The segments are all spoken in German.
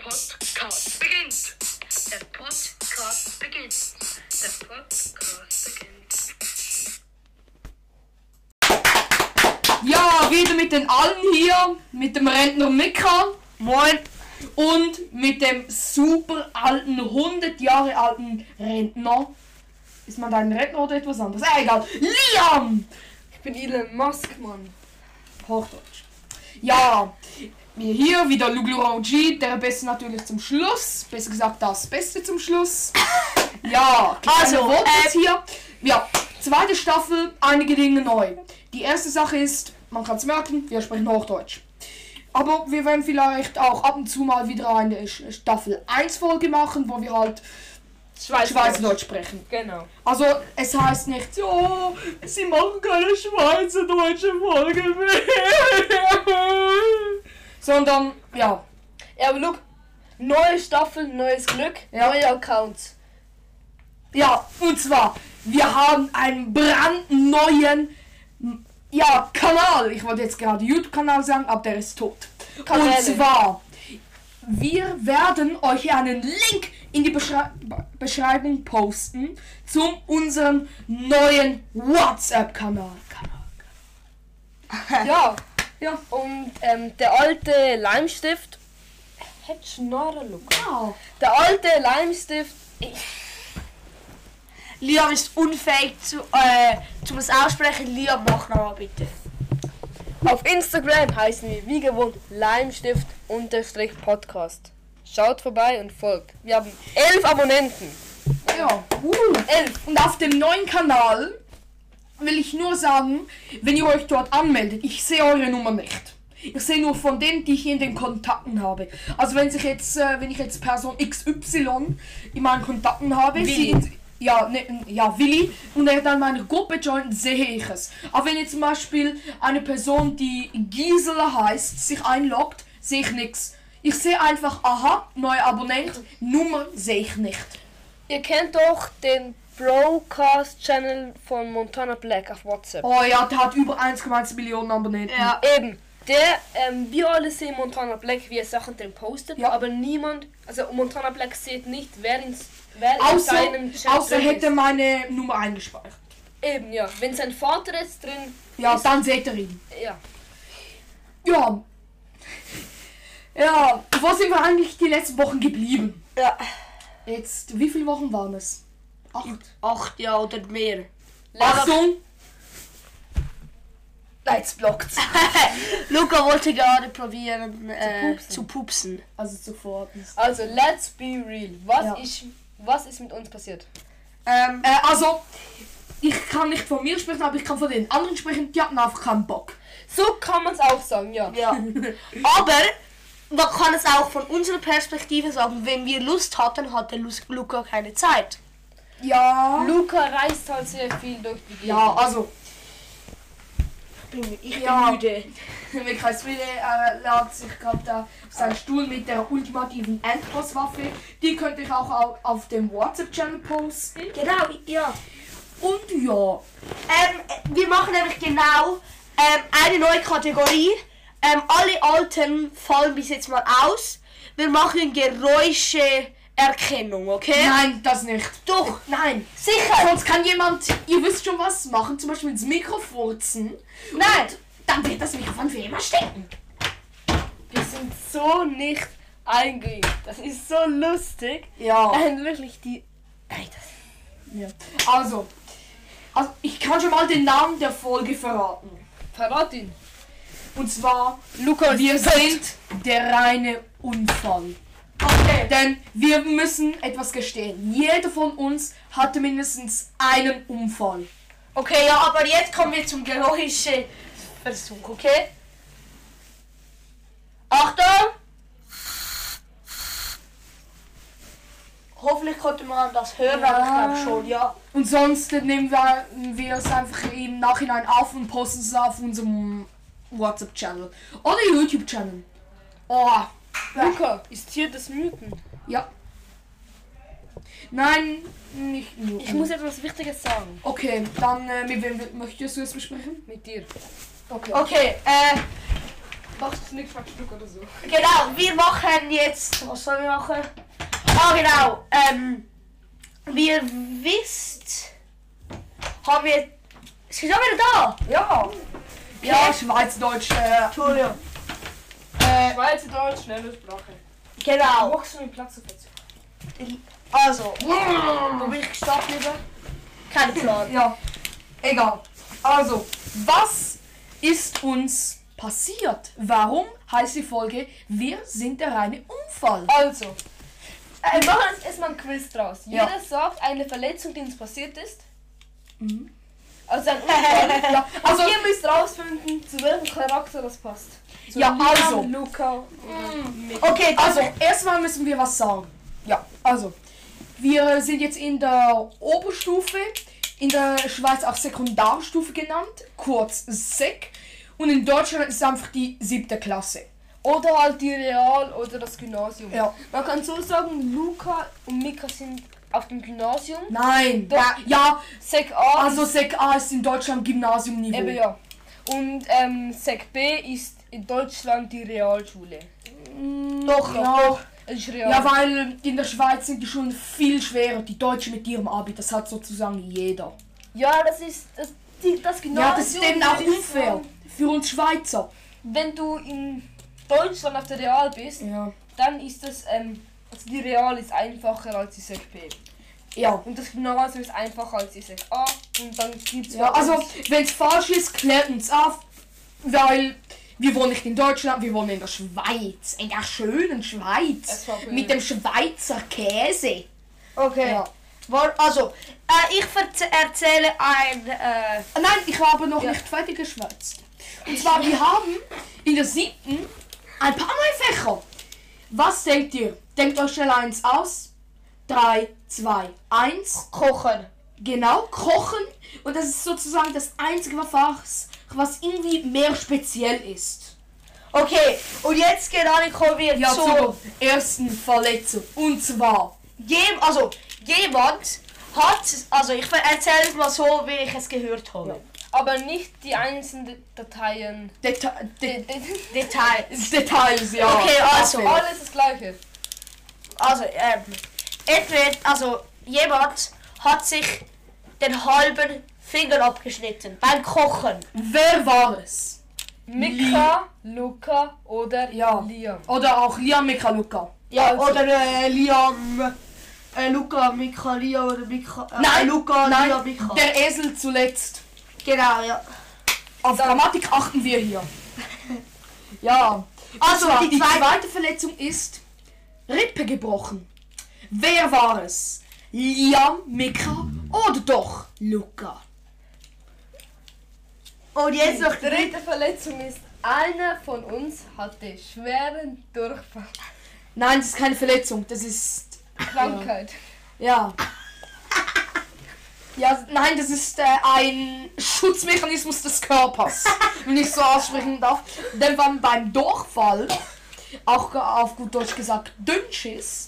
Podcast beginnt. Der Podcast beginnt. Der Podcast beginnt. Ja, wieder mit den Allen hier, mit dem Rentner Mika. Moin. Und mit dem super alten, 100 Jahre alten Rentner. Ist man da ein Rentner oder etwas anderes? Egal. Liam! Ich bin Elon Musk, Mann. Hochdeutsch. Ja, wir hier wieder Luglura OG, der Beste natürlich zum Schluss. Besser gesagt, das Beste zum Schluss. Ja, Also, jetzt hier. Ja, zweite Staffel, einige Dinge neu. Die erste Sache ist, man kann es merken, wir sprechen Hochdeutsch. Aber wir werden vielleicht auch ab und zu mal wieder eine Staffel 1 Folge machen, wo wir halt Schweizerdeutsch sprechen. Genau. Also es heißt nicht, so, sie machen keine schweizerdeutsche Folge mehr. Sondern, ja. Ja, aber look, neue Staffel, neues Glück, Ja. neue Accounts. Ja, und zwar, wir haben einen brandneuen Kanal. Ich wollte jetzt gerade YouTube-Kanal sagen, aber der ist tot. Kanäle. Und zwar, wir werden euch einen Link in die Beschreibung posten zu unserem neuen WhatsApp-Kanal. Ja. Ja. Und der alte Leimstift. Hätte Schnorren, look. Ja. Der alte Leimstift. Liam ist unfähig zum es aussprechen. Liam, mach nochmal bitte. Auf Instagram heißen wir wie gewohnt Leimstift_Podcast. Schaut vorbei und folgt. Wir haben 11 Abonnenten. Ja, 11. Und auf dem neuen Kanal will ich nur sagen, wenn ihr euch dort anmeldet, ich sehe eure Nummer nicht. Ich sehe nur von denen, die ich in den Kontakten habe. Also wenn ich jetzt Person XY in meinen Kontakten habe, Willi. Willi, und er dann meine Gruppe joint, sehe ich es. Aber wenn jetzt zum Beispiel eine Person, die Gisela heißt, sich einloggt, sehe ich nichts. Ich sehe einfach, aha, neuer Abonnent, Nummer sehe ich nicht. Ihr kennt doch den Broadcast-Channel von Montana Black auf WhatsApp. Oh ja, der hat über 1,1 Millionen Abonnenten. Ja. Eben. Der, wir alle sehen Montana Black, wie er Sachen drin postet, Ja. aber niemand, also Montana Black sieht nicht, wer in Außer, seinem Chat außer drin hätte ist. meine Nummer eingespeichert. Eben, ja. Wenn sein Vater jetzt drin Ja, ist, dann seht ihr ihn. ja. Ja. Ja, wo sind wir eigentlich die letzten Wochen geblieben? Ja. Jetzt, wie viele Wochen waren es? 8. 8 ja oder mehr. Achtung! Jetzt blockt's. Luca wollte gerade probieren pupsen. zu pupsen. Also sofort. Also, let's be real. Was ist mit uns passiert? Also, ich kann nicht von mir sprechen, aber ich kann von den anderen sprechen, die hatten einfach keinen Bock. So kann man es auch sagen, ja. Ja. Aber man kann es auch von unserer Perspektive sagen, wenn wir Lust hatten, hatte Luca keine Zeit. Ja. Luca reist halt sehr viel durch die Gegend. Ja, also, Ich bin Ja. müde. Mikhail Wille lag sich gerade da auf seinem Stuhl mit der ultimativen Endboss-Waffe. Die könnte ich auch auf dem WhatsApp-Channel posten. Genau, ja. Und ja, Wir machen nämlich genau eine neue Kategorie. Alle alten fallen bis jetzt mal aus. Wir machen Geräuscheerkennung, okay? nein, das nicht. Doch, Nein, sicher. sonst kann jemand, ihr wisst schon was machen, zum Beispiel ins Mikro furzen. Nein. Und dann wird das Mikrofon für immer stecken. Wir sind so nicht eingeübt. Das ist so lustig. Ja. Wirklich die... Nein, das... Ja. Also, ich kann schon mal den Namen der Folge verraten. Verrat ihn. Und zwar, Luca, wir sind der reine Unfall. Okay. Denn wir müssen etwas gestehen. Jeder von uns hatte mindestens einen Unfall. Okay, ja, aber jetzt kommen wir zum Geräuscheversuch, okay? Achtung! Hoffentlich konnte man das hören, Ja. aber ich glaube schon, ja. Und sonst nehmen wir es einfach im Nachhinein auf und posten es auf unserem WhatsApp-Channel. Oder YouTube-Channel. Oh, Luca, ist hier das Muten? ja. Nein, nicht nur. Ich muss etwas Wichtiges sagen. Machst du nichts mit Stück oder so? Genau, wir machen jetzt. Was sollen wir machen? Ah, genau. Wie ihr wisst, haben wir. Ist schon wieder da? Ja. Ja, Schweizerdeutsch. Entschuldigung. Schweizerdeutsch, schnelle Sprache. Genau. Machst du einen Platz auf jetzt? Also, wo bin ich gestanden geblieben? Kein Plan. Ja, egal. Also, was ist uns passiert? Warum heißt die Folge Wir sind der reine Unfall? Also, wir machen jetzt erstmal ein Quiz draus. Ja. Jeder sagt eine Verletzung, die uns passiert ist. Mhm. Also ein Unfall. Ja, Also also, ihr müsst rausfinden, zu welchem Charakter das passt. Zu Ja, Liam, also. Luca oder Mick. Okay, also erstmal müssen wir was sagen. Ja, also, wir sind jetzt in der Oberstufe, in der Schweiz auch Sekundarstufe genannt, kurz Sek. Und in Deutschland ist es einfach die 7. Klasse. Oder halt die Real oder das Gymnasium. Ja. Man kann so sagen, Luca und Mika sind auf dem Gymnasium. Nein, Doch. ja, Sek A also Sek A ist in Deutschland Gymnasiumniveau. eben ja. Und Sek B ist in Deutschland die Realschule. doch, Ja, Es ist Real. ja, weil in der Schweiz sind die Schulen viel schwerer. Die Deutschen mit ihrem Abi, das hat sozusagen jeder. Ja, das ist das Gymnasium. Ja, das ist eben auch würde ich unfair. sagen, Für uns Schweizer. Wenn du in Deutschland auf der Real bist, Ja. dann ist das, also die Real ist einfacher als die Sek B. Ja. Und das Gymnasium ist einfacher als die Sek A. Und dann gibt's Ja, bei also, uns- wenn es falsch ist, klärt uns auf. Weil wir wohnen nicht in Deutschland, wir wohnen in der Schweiz. In der schönen Schweiz. SVP. Mit dem Schweizer Käse. Okay. Ja. Also, ich erzähle ein. Nein, ich habe noch Ja. nicht fertig geschwätzt. Und zwar, wir haben in der 7. ein paar neue Fächer. Was denkt ihr? Denkt euch schnell eins aus. 3, 2, 1. Kochen. Genau, Kochen. Und das ist sozusagen das einzige Fach, was irgendwie mehr speziell ist. Okay, und jetzt gerade kommen wir Ja, zur. zur ersten Verletzung. Und zwar, Jemand hat. Also, ich erzähle es mal so, wie ich es gehört habe. Aber nicht die einzelnen Dateien. Details. Details, ja. Okay, also, Alles das gleiche. Also, jemand hat sich den halben Finger abgeschnitten beim Kochen. Wer war es? Mika, Luca oder Ja. Liam. Oder auch Liam Mikaluka. Ja, Also. oder Liam. Luca, Mika, Lia oder Mika. Nein, Luca, nein, Lia, Mika. der Esel zuletzt. Genau, ja. Auf Grammatik achten wir hier. Ja. Also, Und zwar, die die zweite- zweite Verletzung ist Rippe gebrochen. Wer war es? Liam, Mika oder doch Luca? Und jetzt noch Die dritte Verletzung ist, einer von uns hatte schweren Durchfall. Nein, das ist keine Verletzung, das ist... Krankheit. Ja. Ja, nein, das ist ein Schutzmechanismus des Körpers, wenn ich so aussprechen darf. Denn beim Durchfall, auch auf gut Deutsch gesagt, Dünnschiss,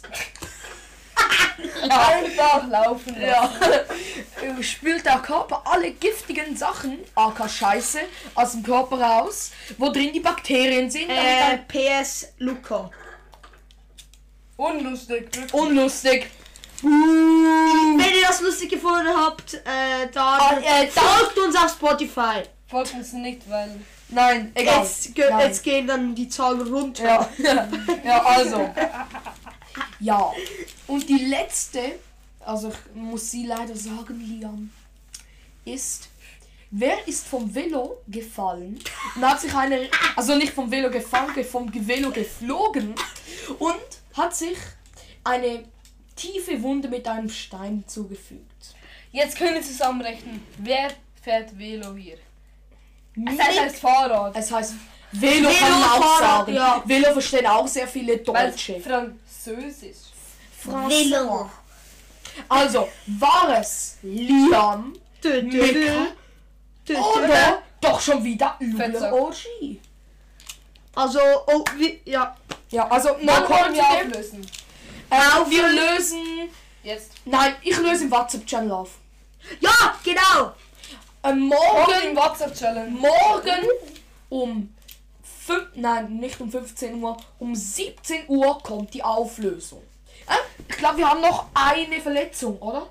Einfach laufen lassen. ja, spült der Körper alle giftigen Sachen, aka Scheiße, aus dem Körper raus, wo drin die Bakterien sind. Damit PS Luca. Unlustig. dann Wirklich. unlustig. Wenn ihr das lustig gefunden habt, dann folgt uns auf Spotify. Folgt uns nicht, weil... Nein, egal. Nein. Jetzt gehen dann die Zahlen runter. Ja, ja, also. Ja. Und die letzte, also ich muss sie leider sagen, Liam, ist, wer ist vom Velo gefallen und hat sich also nicht vom Velo gefallen, vom Velo geflogen und hat sich eine tiefe Wunde mit einem Stein zugefügt. Jetzt können wir zusammenrechnen. Wer fährt Velo hier? Mit- Das heißt Fahrrad. Es heißt Velo kann man auch Fahrrad, sagen. ja. Velo verstehen auch sehr viele Weil Deutsche. Französisch. Velo. Also, war es Liam, Mika oder doch schon wieder Lule Fettsack. OG? Also, ja. Ja, also, Wann noch wollen kommt wir wir auflösen? wir lösen... Jetzt. Nein, ich löse im WhatsApp-Channel auf. Ja, genau. Morgen im Morgen WhatsApp-Challenge. um Nein, nicht um 15 Uhr, um 17 Uhr kommt die Auflösung. Ich glaube, wir haben noch eine Verletzung, oder?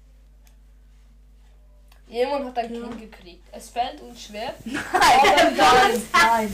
Jemand hat ein Kind gekriegt. Es fällt uns schwer. Nein.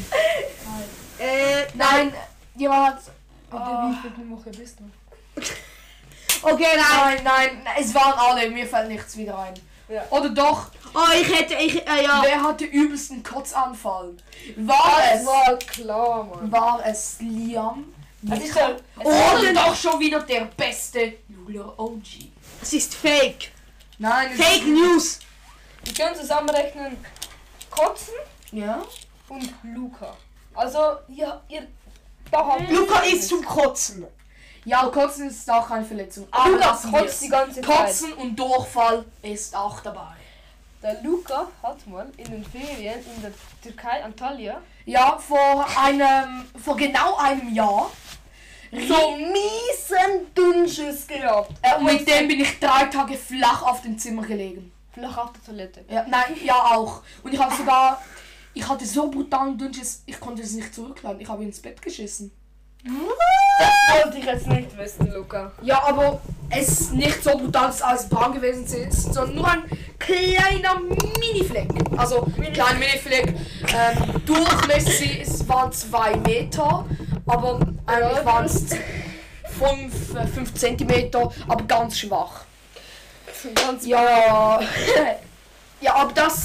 Nein, jemand hat... Wie viele Woche bist du? Okay, nein. Nein, es waren alle, mir fällt nichts wieder ein. Ja. Oder doch, Oh, ja. wer hatte übelsten Kotzanfall? Das war klar, Mann. War es Liam? Das ist ja, Oder doch schon wieder der beste Julia OG? Das ist Fake. Nein, es Fake ist News. wir können zusammenrechnen. Kotzen Ja? und Luca. Also, da habt Luca ist zum Kotzen. Ja, Kotzen ist auch keine Verletzung. Aber Luca lassen wir kotzt es. die ganze Zeit. Kotzen und Durchfall ist auch dabei. Der Luca hat mal in den Ferien in der Türkei, Antalya, Ja, vor genau einem Jahr. so miesen Dünnschiss gehabt. Und mit dem bin ich 3 Tage flach auf dem Zimmer gelegen. Flach auf der Toilette. Ja, nein, ja auch. Und ich hatte so brutalen Dünnschiss, ich konnte es nicht zurückladen. Ich habe ins Bett geschissen. Das wollte ich jetzt nicht wissen, Luca. Ja, aber es ist nicht so brutal, dass alles braun gewesen ist, sondern nur ein kleiner Mini-Fleck. Also, kleiner Mini-Fleck. Durchmesser, es waren 2 Meter, aber eigentlich waren es 5 Zentimeter, aber ganz schwach. Ganz Ja, ja, aber das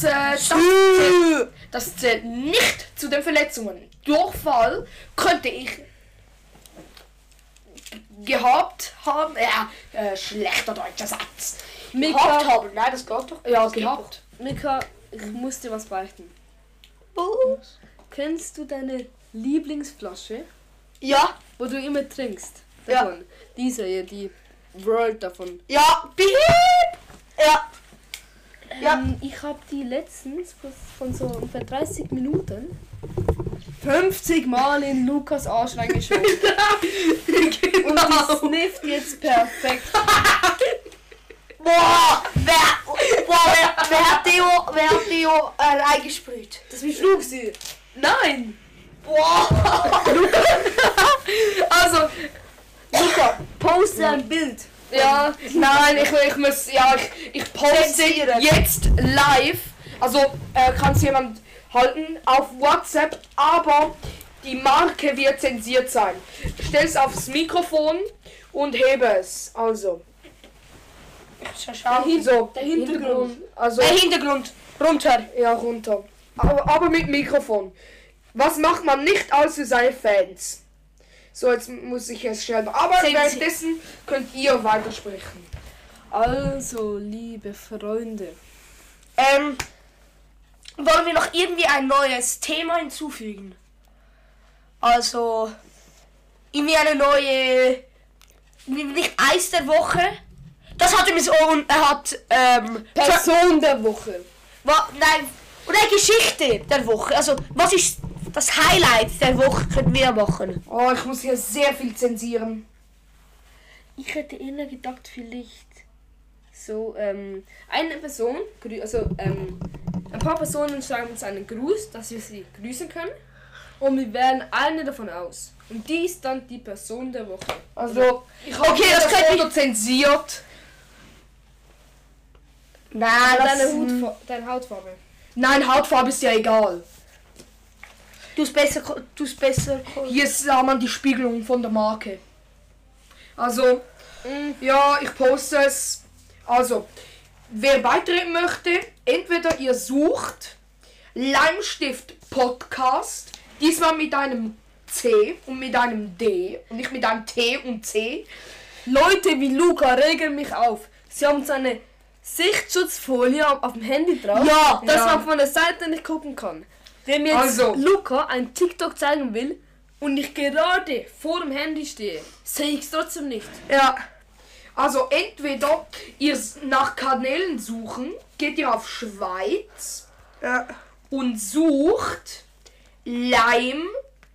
zählt nicht zu den Verletzungen. Durchfall könnte ich gehabt haben. Ja, schlechter deutscher Satz. Mika, haben. Nein, das geht doch. Ja, gehabt. Mika, ich muss dir was beichten. Kennst du deine Lieblingsflasche, Ja, wo du immer trinkst? Ja. Davon. Diese hier, die World davon. ja, piep. Ja. Ja. Ich habe die letztens von so ungefähr 30 Minuten 50 Mal in Lukas Arsch reingeschoben. Und die snifft jetzt perfekt. Boah, wer hat Theo reingesprüht? Das bist du gewesen. Nein! Boah. Also, Luca, poste ein Bild. ja, nein, ich muss, ja, ich poste Zensieren. jetzt live. Also, kann es jemand halten auf WhatsApp, aber die Marke wird zensiert sein. Stell es aufs Mikrofon und hebe es. Also, so, Der Hintergrund. Also, Der Hintergrund. Runter. ja, runter. Aber mit Mikrofon. Was macht man nicht alles für seine Fans? So, jetzt muss ich es schnell. Aber währenddessen könnt ihr weitersprechen. Also, liebe Freunde. Wollen wir noch irgendwie ein neues Thema hinzufügen? Also, irgendwie eine neue, nicht Eis der Woche. Das hat ihm so, und er hat, Person der Woche. nein, oder Geschichte der Woche. Also, was ist das Highlight der Woche, können wir machen. Oh, ich muss hier sehr viel zensieren. Ich hätte eher gedacht, vielleicht so, eine Person, also, ein paar Personen schreiben uns einen Gruß, dass wir sie grüßen können. Und wir wählen eine davon aus. Und die ist dann die Person der Woche. Also, ich habe Okay, das das könnte Foto zensiert. Nein, Deine Hautfarbe. Nein, Hautfarbe ist ja egal. du's besser. Hier sah man die Spiegelung von der Marke. Also, ja, ich poste es. Also, wer beitreten möchte, entweder ihr sucht Leimstift Podcast, diesmal mit einem C und mit einem D und nicht mit einem T und C. Leute wie Luca regen mich auf. Sie haben so eine Sichtschutzfolie auf dem Handy drauf, Ja, dass ja. man von der Seite nicht gucken kann. Wenn mir jetzt Also. Luca ein TikTok zeigen will und ich gerade vor dem Handy stehe, sehe ich es trotzdem nicht. Ja. Also entweder ihr nach Kanälen suchen, geht ihr auf Schweiz Ja. und sucht Leimstift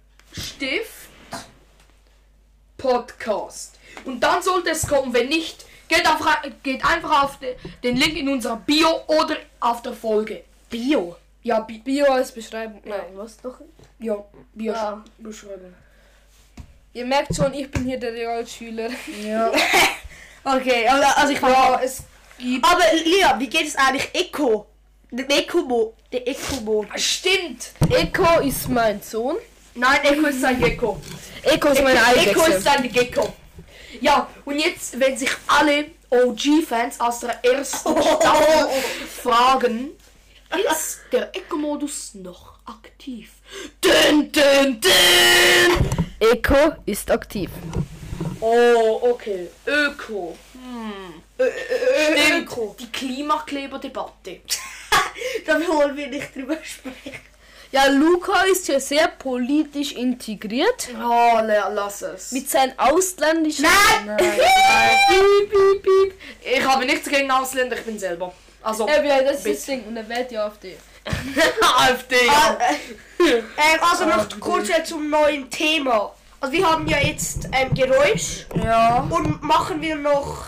Podcast. Und dann sollte es kommen. Wenn nicht, geht einfach auf den Link in unserer Bio oder auf der Folge. Bio. Ja, Bio als Beschreibung. Nein, was doch? ja, Bio Ja. Beschreibung. Ihr merkt schon, ich bin hier der Realschüler. Ja. Okay, also ich Ja, war. es gibt. Aber Liam, wie geht es eigentlich Eco? Der Eco-Mode. Stimmt! Eko ist mein Sohn. Nein, Echo ist ein Gecko. Eko ist meine Echo Eidechse. ist ein Gecko. Ja, und jetzt, wenn sich alle OG-Fans aus der ersten Staffel fragen, ist der Echo-Modus noch aktiv? Dün, dün, dün. Eko ist aktiv. Oh, okay. Öko. Stimmt. Öko. Die Klimakleber-Debatte. Da wollen wir nicht drüber sprechen. Ja, Luca ist hier sehr politisch integriert. Oh, lass es. Mit seinen ausländischen... Nein. Piep, piep, piep. Ich habe nichts gegen Ausländer, ich bin selber. Also, das ist das Ding und er wählt die AfD. AfD. Also noch kurz zum neuen Thema. Also wir haben ja jetzt Geräusch Ja. und machen wir noch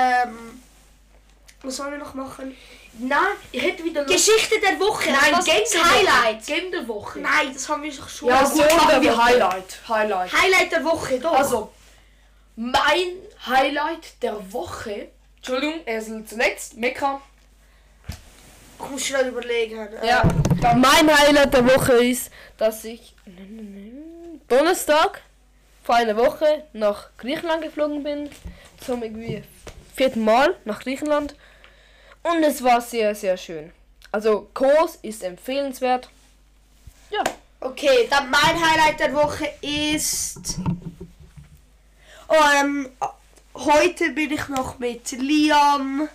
was sollen wir noch machen? Nein, ich hätte wieder Lust. Geschichte der Woche. Nein, das Game ist Highlight. Game der Woche. Nein, das haben wir doch schon. Ja, Also, gut, machen wir Highlight. Highlight der Woche, doch. Also, mein Highlight der Woche. Entschuldigung, er ist zuletzt. Mekka. ich muss schnell überlegen. Ja. Mein Highlight der Woche ist, dass ich Donnerstag vor einer Woche nach Griechenland geflogen bin. Zum irgendwie 4. Mal nach Griechenland. Und es war sehr, sehr schön. Also Kos ist empfehlenswert. Ja. Okay, dann mein Highlight der Woche ist. Heute bin ich noch mit Liam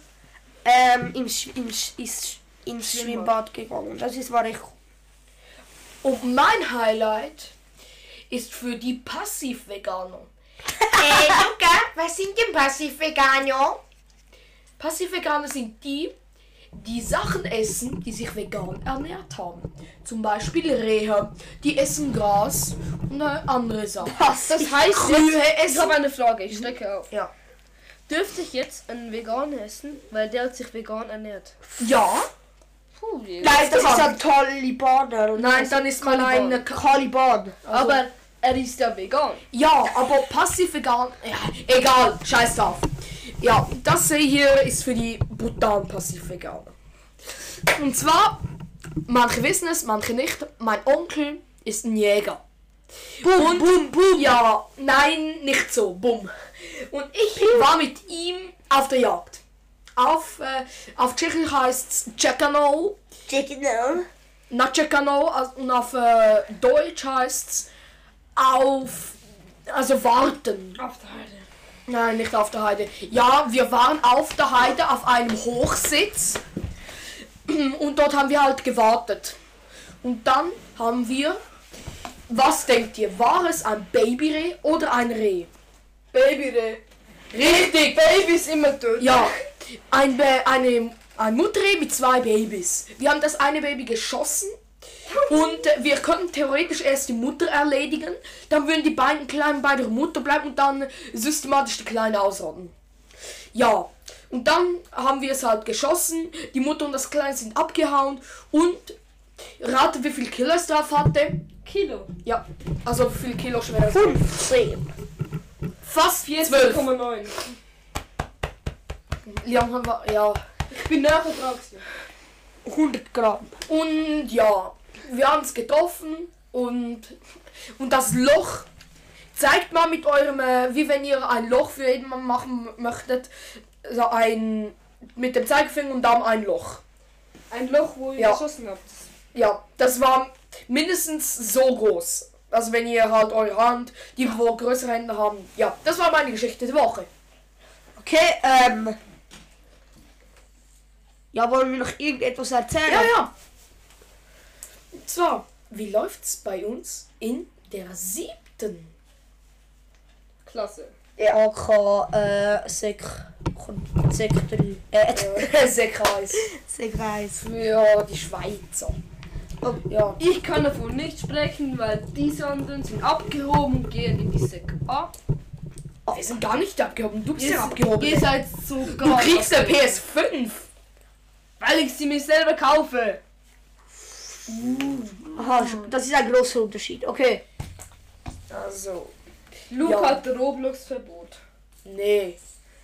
ins Schwimmbad gegangen. War ich. Und mein Highlight ist für die Passiv-Veganer. Luca, was sind denn Passiv-Veganer? Passiv-Veganer sind die, die Sachen essen, die sich vegan ernährt haben. Zum Beispiel Rehe, die essen Gras und andere Sachen. Das heißt, Kühe ich essen. habe eine Frage, ich strecke auf. Ja. Dürfte ich jetzt einen Veganer essen, weil der hat sich vegan ernährt? Ja. Puh, Nein, das ist ein Talibaner. Und Nein, dann ist man ein Taliban. aber er ist ja vegan. Ja, aber passiv-vegan. Ja, egal, scheiß drauf. Ja, das hier ist für die brutalen Passiv-Veganer. Und zwar, manche wissen es, manche nicht. Mein Onkel ist ein Jäger. Boom, boom, boom. Ja, nein, nicht so. Bumm. Und ich war mit ihm auf der Jagd. Auf Tschechisch heißt es Čekano. Na Čekano. Und auf Deutsch heißt es also warten. Auf der Heide. Nein, nicht auf der Heide. Ja, wir waren auf der Heide auf einem Hochsitz. Und dort haben wir halt gewartet. Und dann haben wir... Was denkt ihr? War es ein Babyreh oder ein Reh? Babyreh. Richtig! Babys immer tot. Ja, ein Mutterreh mit 2 Babys. Wir haben das eine Baby geschossen und wir könnten theoretisch erst die Mutter erledigen. Dann würden die beiden Kleinen bei der Mutter bleiben und dann systematisch die Kleine ausrotten. Ja, und dann haben wir es halt geschossen. Die Mutter und das Kleine sind abgehauen und rate, wie viel Kilo es drauf hatte. Kilo. Ja, also wie viel Kilo schwer es 15. Fast 12. 14,9. Leon war, ja. Ich bin näher dran. 100 Gramm. Und ja, wir haben es getroffen und das Loch zeigt mal mit eurem, wie wenn ihr ein Loch für jemanden machen möchtet, so mit dem Zeigefinger und Daumen ein Loch. Ein Loch, wo ihr Ja. geschossen habt. Ja, das war mindestens so groß. Also wenn ihr halt eure Hand, die wo größere Hände haben. Ja, das war meine Geschichte der Woche. Okay, ja, wollen wir noch irgendetwas erzählen? Ja. Und zwar, wie läuft's bei uns in der 7. Klasse. AK, Sek 3. Sekreis. Sek 1. Für die Schweizer. Ja. Ich kann davon nicht sprechen, weil die anderen sind abgehoben und gehen in die Sek A. Wir sind gar nicht abgehoben. Du bist ja abgehoben. Ihr seid sogar. Du kriegst eine abgehoben. PS5. Weil ich sie mir selber kaufe. Aha, das ist ein großer Unterschied. Okay. Also, Luke Ja. hat Roblox-Verbot. nee.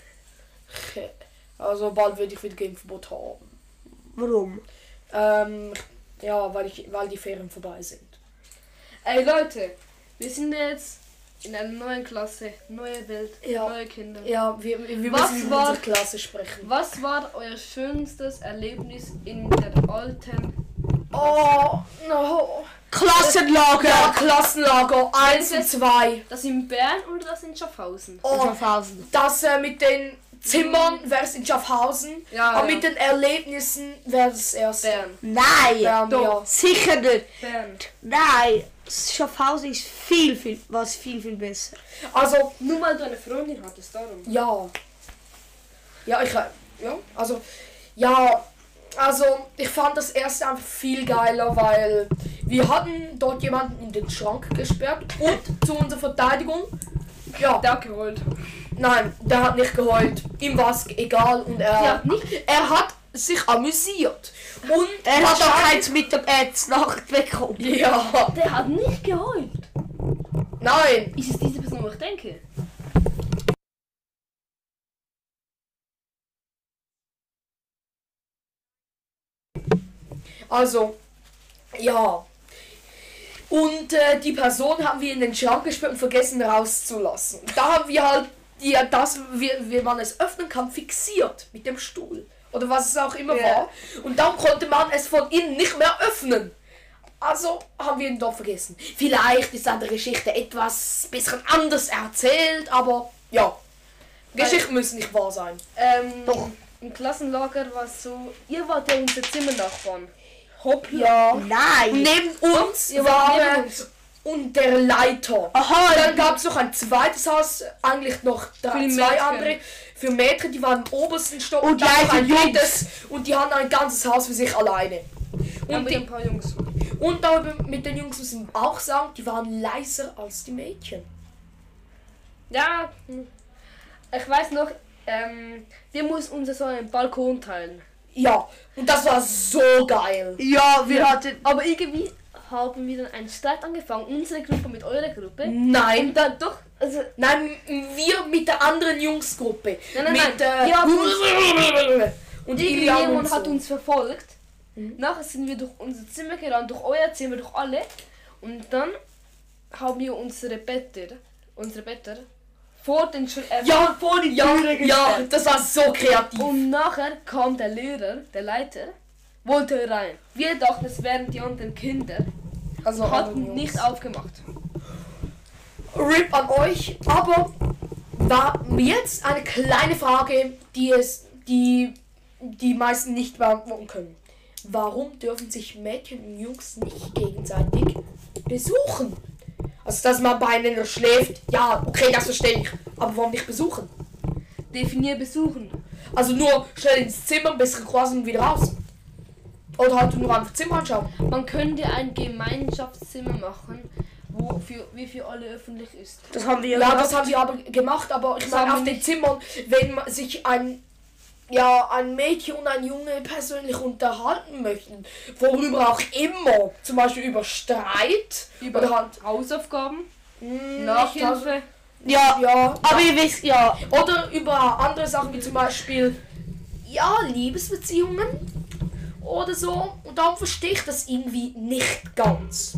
Also bald würde ich wieder Gameverbot haben. Warum? Ja, weil die Ferien vorbei sind. Ey Leute, wir sind jetzt in einer neuen Klasse, neue Welt, Ja. neue Kinder. Ja, wir Was müssen über war- unsere Klasse sprechen. Was war euer schönstes Erlebnis in der alten? Oh, no. Klassenlager! Ja, Klassenlager 1 und 2. Das in Bern oder das in Schaffhausen? Oh, Schaffhausen. das mit den Zimmern wäre es in Schaffhausen. Ja, aber ja. mit den Erlebnissen wäre es erst Bern. Nein! Bern, Doch. ja. Sicher nicht! Bern. Nein! Schaffhausen ist viel besser. Also, Nur weil du eine Freundin hattest, darum. ja. Ja, ich fand das erste einfach viel geiler, weil wir hatten dort jemanden in den Schrank gesperrt und zu unserer Verteidigung, ja, Der hat geholt. nein, der hat nicht geheult, ihm war es egal und Ja, nicht? er hat sich amüsiert und Er hat doch wahrscheinlich- keins mit der Nacht bekommen. ja, Der hat nicht geheult. nein, Ist es diese Person, wo ich denke? also, ja. Und die Person haben wir in den Schrank gesperrt und vergessen rauszulassen. Da haben wir halt, wie man es öffnen kann, fixiert mit dem Stuhl. Oder was es auch immer Ja. war. Und dann konnte man es von innen nicht mehr öffnen. Also haben wir ihn doch vergessen. Vielleicht ist an der Geschichte etwas bisschen anders erzählt, aber ja. Geschichten müssen nicht wahr sein. Doch. Im Klassenlager war es so, ihr wart ja unsere Zimmernachbarn. Hoppla. Ja. Und Nein! neben uns Ihr war wart neben uns. und der Leiter. Aha! Dann gab es noch ein zweites Haus, eigentlich noch Für die zwei Mädchen. andere für Mädchen, die waren im obersten Stock Und dann die noch ein Jungs. drittes und die hatten ein ganzes Haus für sich alleine. Und Und, mit ein die, paar Jungs. und darüber mit den Jungs müssen wir auch sagen, die waren leiser als die Mädchen. Ja, ich weiß noch, wir mussten uns so einen Balkon teilen. Ja, und das war so geil. Ja, wir hatten. Aber irgendwie haben wir dann einen Streit angefangen, unsere Gruppe mit eurer Gruppe. Nein, Und dann doch, also nein, wir mit der anderen Jungsgruppe. Nein, mit, wir haben und irgendwie Ilian und jemand so. hat uns verfolgt. Nachher sind wir durch unser Zimmer gerannt, durch euer Zimmer, durch alle. Und dann haben wir unsere Better vor den Ja, vor die Türe ja, das war so kreativ. Und nachher kam der Lehrer, der Leiter, wollte rein. Wir dachten, es wären die anderen Kinder, Also hatten nicht aufgemacht. RIP an euch, aber war jetzt eine kleine Frage, die meisten nicht beantworten können. Warum dürfen sich Mädchen und Jungs nicht gegenseitig besuchen? Also, dass man beieinander schläft, ja, okay, das verstehe ich. Aber warum nicht besuchen? Definier besuchen. Also nur schnell ins Zimmer, ein bisschen quasi und wieder raus. Oder halt nur einfach Zimmer anschauen. Man könnte ein Gemeinschaftszimmer machen, wie für alle öffentlich ist. Das haben wir Ja, das haben wir aber gemacht, aber ich Das meine haben auf wir den Zimmern, wenn man sich ein Mädchen und ein Junge persönlich unterhalten möchten, worüber auch immer, zum Beispiel über Streit, Über oder halt Hausaufgaben, nicht Nachhilfe. Ja, ja, aber ihr wisst, ja. oder über andere Sachen wie zum Beispiel Liebesbeziehungen oder so, und darum verstehe ich das irgendwie nicht ganz.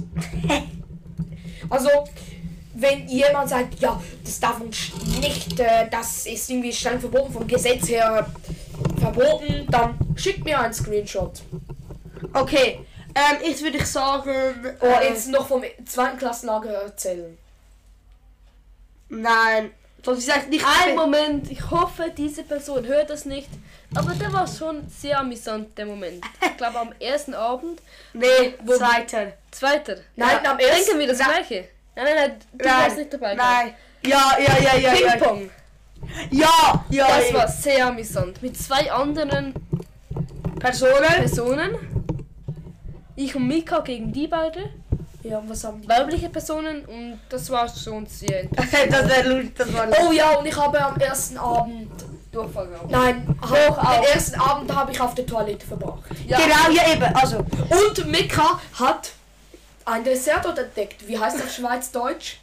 Also, wenn jemand sagt, ja, das darf man nicht, das ist irgendwie streng verboten, vom Gesetz her verboten, dann schickt mir einen Screenshot. Okay, jetzt würde ich sagen. Oder jetzt noch vom zweiten Klassenlager erzählen. Nein, das ist eigentlich nicht. Ein Moment, ich hoffe, diese Person hört das nicht. Aber der war schon sehr amüsant, der Moment. Ich glaube, am ersten Abend, Nee, zweiter. zweiter. Nein, am ersten- Denken wir das Gleiche. Nein, du warst nicht dabei. Nein. Ja. Ping-Pong. Ja, Das war sehr amüsant. Mit zwei anderen Personen. Ich und Mika gegen die beide. Ja, was haben die? Weibliche Personen. Und das war schon sehr interessant. Das war lustig. Oh ja, und ich habe am ersten Abend Durchfall gehabt. Nein, den ersten Abend habe ich auf der Toilette verbracht. Ja. Genau, ja eben. Also, Und Mika hat ein Dessert dort entdeckt. Wie heißt das auf Schweizdeutsch?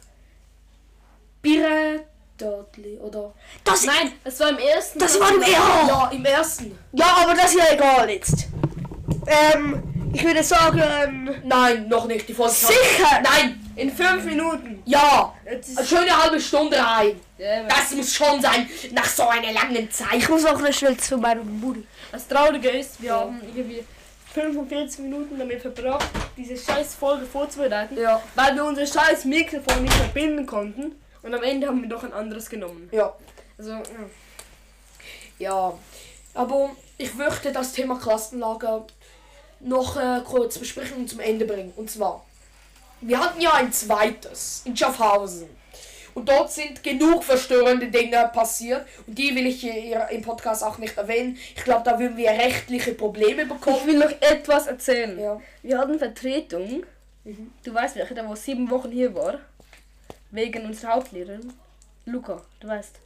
Birre-Törtli, oder? Nein, es war im ersten. das war im ersten. Ja, im ersten. Ja, aber das ist ja egal jetzt. Ich würde sagen, Nein, noch nicht. Die Folge. sicher. Nein, In 5 Minuten. ja. Jetzt Eine schöne halbe Stunde rein. Ja, Das muss schon sein, nach so einer langen Zeit. Ich muss auch noch schnell zu meinem Bruder. das Traurige ist, wir haben irgendwie 45 Minuten damit verbracht, diese scheiß Folge vorzubereiten, Ja. weil wir unser scheiß Mikrofon nicht verbinden konnten. Und am Ende haben wir doch ein anderes genommen. Ja. Also, ja. Ja. Aber ich möchte das Thema Klassenlager noch kurz besprechen und zum Ende bringen. Und zwar, wir hatten ja ein zweites in Schaffhausen. Und dort sind genug verstörende Dinge passiert. Und die will ich hier im Podcast auch nicht erwähnen. Ich glaube, da würden wir rechtliche Probleme Ich bekommen. will noch etwas erzählen. Ja. Wir hatten Vertretung. Du weißt welche, der wo 7 Wochen hier war. Wegen unserer Hauptlehrerin. Luca, du weißt.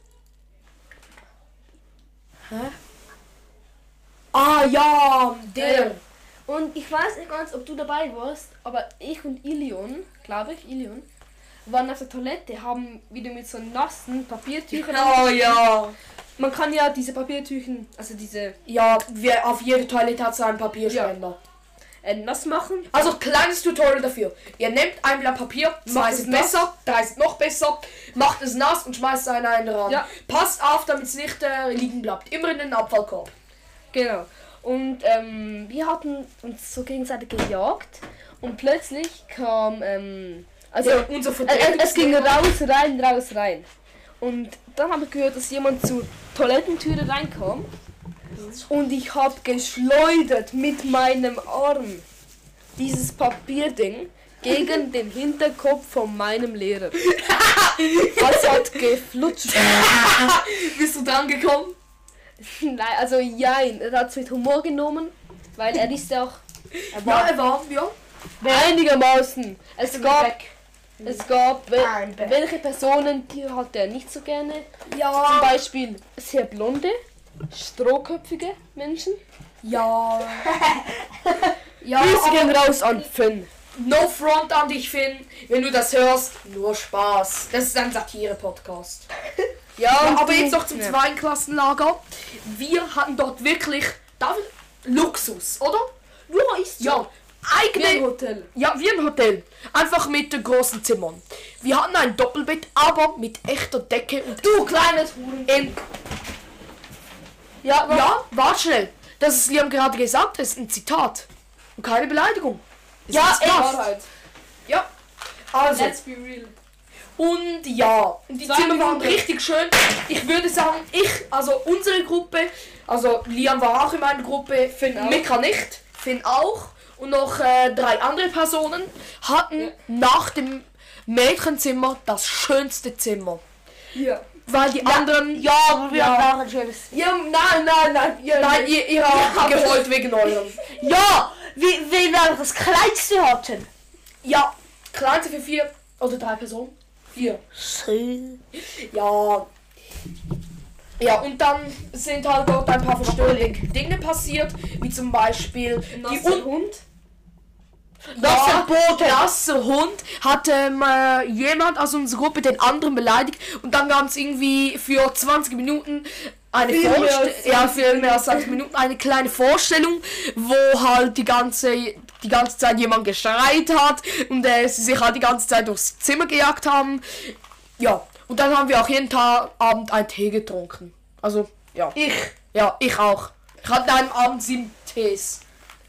Ah ja, der. Und ich weiß nicht ganz, ob du dabei warst, aber ich und Ilion, glaube ich, Ilion, waren auf der Toilette, haben wieder mit so nassen Papiertüchern. Oh ja. Man kann ja diese Papiertüchen, also diese Ja, wir, auf jeder Toilette hat so einen Papierspender. nass machen. Also kleines Tutorial dafür. Ihr nehmt ein Blatt Papier, zwei es sind nass. besser, drei sind noch besser, macht es nass und schmeißt es in einen Rahmen. Ja. Passt auf, damit es nicht liegen bleibt. Immer in den Abfallkorb. Genau. Und wir hatten uns so gegenseitig gejagt und plötzlich kam, also Ja, unser es ging Vertretungslehrer. raus, rein. Und dann habe ich gehört, dass jemand zur Toilettentüre reinkam. Und ich habe geschleudert mit meinem Arm dieses Papierding gegen den Hinterkopf von meinem Lehrer. Es hat geflutscht. Bist du dran gekommen? Nein, also jein. Er hat es mit Humor genommen, weil er ist auch Ja, er war, ja. einigermaßen. Es gab Ein Bett. welche Personen, die hat er nicht so gerne. Zum Ja. Beispiel sehr blonde, strohköpfige Menschen. Ja. Ja, Grüße gehen aber raus an Finn. no front an dich, Finn. Wenn du das hörst, nur Spaß. Das ist ein Satire-Podcast. Ja, aber jetzt noch zum zweiten Klassenlager. Wir hatten dort wirklich Luxus, oder? Ja, ist Ja, Wie ein eigene. Hotel. Ja, wie ein Hotel. Einfach mit großen Zimmern. Wir hatten ein Doppelbett, aber mit echter Decke und. Du kleines Huren. Ja, warte schnell. Das ist Liam gerade gesagt, das ist ein Zitat. Und keine Beleidigung. Das Ja, ist ein Zitat. Wahrheit. Ja. Also. Let's be real. Und ja, und die 2 Zimmer waren Minuten. richtig schön. Ich würde sagen, also unsere Gruppe, also Liam war auch in meiner Gruppe, Finn auch. Mika nicht, Finn auch und noch 3 andere Personen hatten nach dem Mädchenzimmer das schönste Zimmer. Ja. Weil die anderen... Ja, aber wir Ja. haben auch ein schönes. Ja, nein. Ja, Nein, ihr habt gewollt wegen eurem. Ja, wie wir das kleinste hatten. Ja, kleinste für 4 oder 3 Personen. 4. Ja. Ja, und dann sind halt dort ein paar verstörende Dinge passiert, wie zum Beispiel die Hund. nasser Hund hat jemand aus unserer Gruppe den anderen beleidigt und dann gab es irgendwie für 20 Minuten eine Viel mehr als Vorstellung, ja, für mehr als 20 Minuten eine kleine Vorstellung, wo halt die ganze Zeit jemand geschreit hat und sie sich halt die ganze Zeit durchs Zimmer gejagt haben. Ja, und dann haben wir auch jeden Abend einen Tee getrunken. Also, ja. Ja, ich auch. Ich hatte an einem Abend 7 Tees.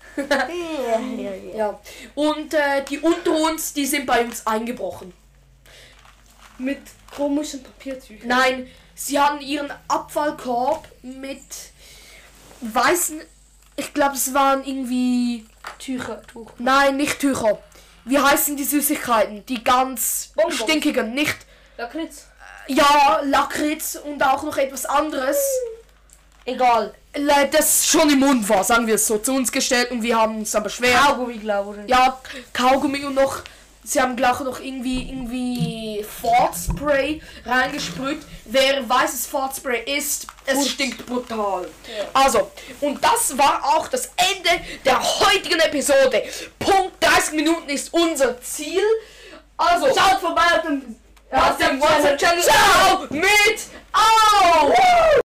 Ja. Und die unter uns, die sind bei uns eingebrochen. Mit komischen Papiertüchern. Nein, sie haben ihren Abfallkorb mit weißen, ich glaube es waren irgendwie Tücher. Nein, nicht Tücher. Wie heißen die Süßigkeiten? Die ganz Bonbons. stinkigen, nicht. Lakritz. Ja, Lakritz und auch noch etwas anderes. Egal. Das schon im Mund war, sagen wir es so, zu uns gestellt und wir haben es aber schwer. Kaugummi, glaube ich. Ja, Kaugummi und noch sie haben gleich noch irgendwie Fartspray reingesprüht. Wer weiß, was Fartspray ist, es stinkt brutal. Ja. Also, und das war auch das Ende der heutigen Episode. Punkt 30 Minuten ist unser Ziel. Also, Schaut vorbei auf dem WhatsApp-Channel. Ciao mit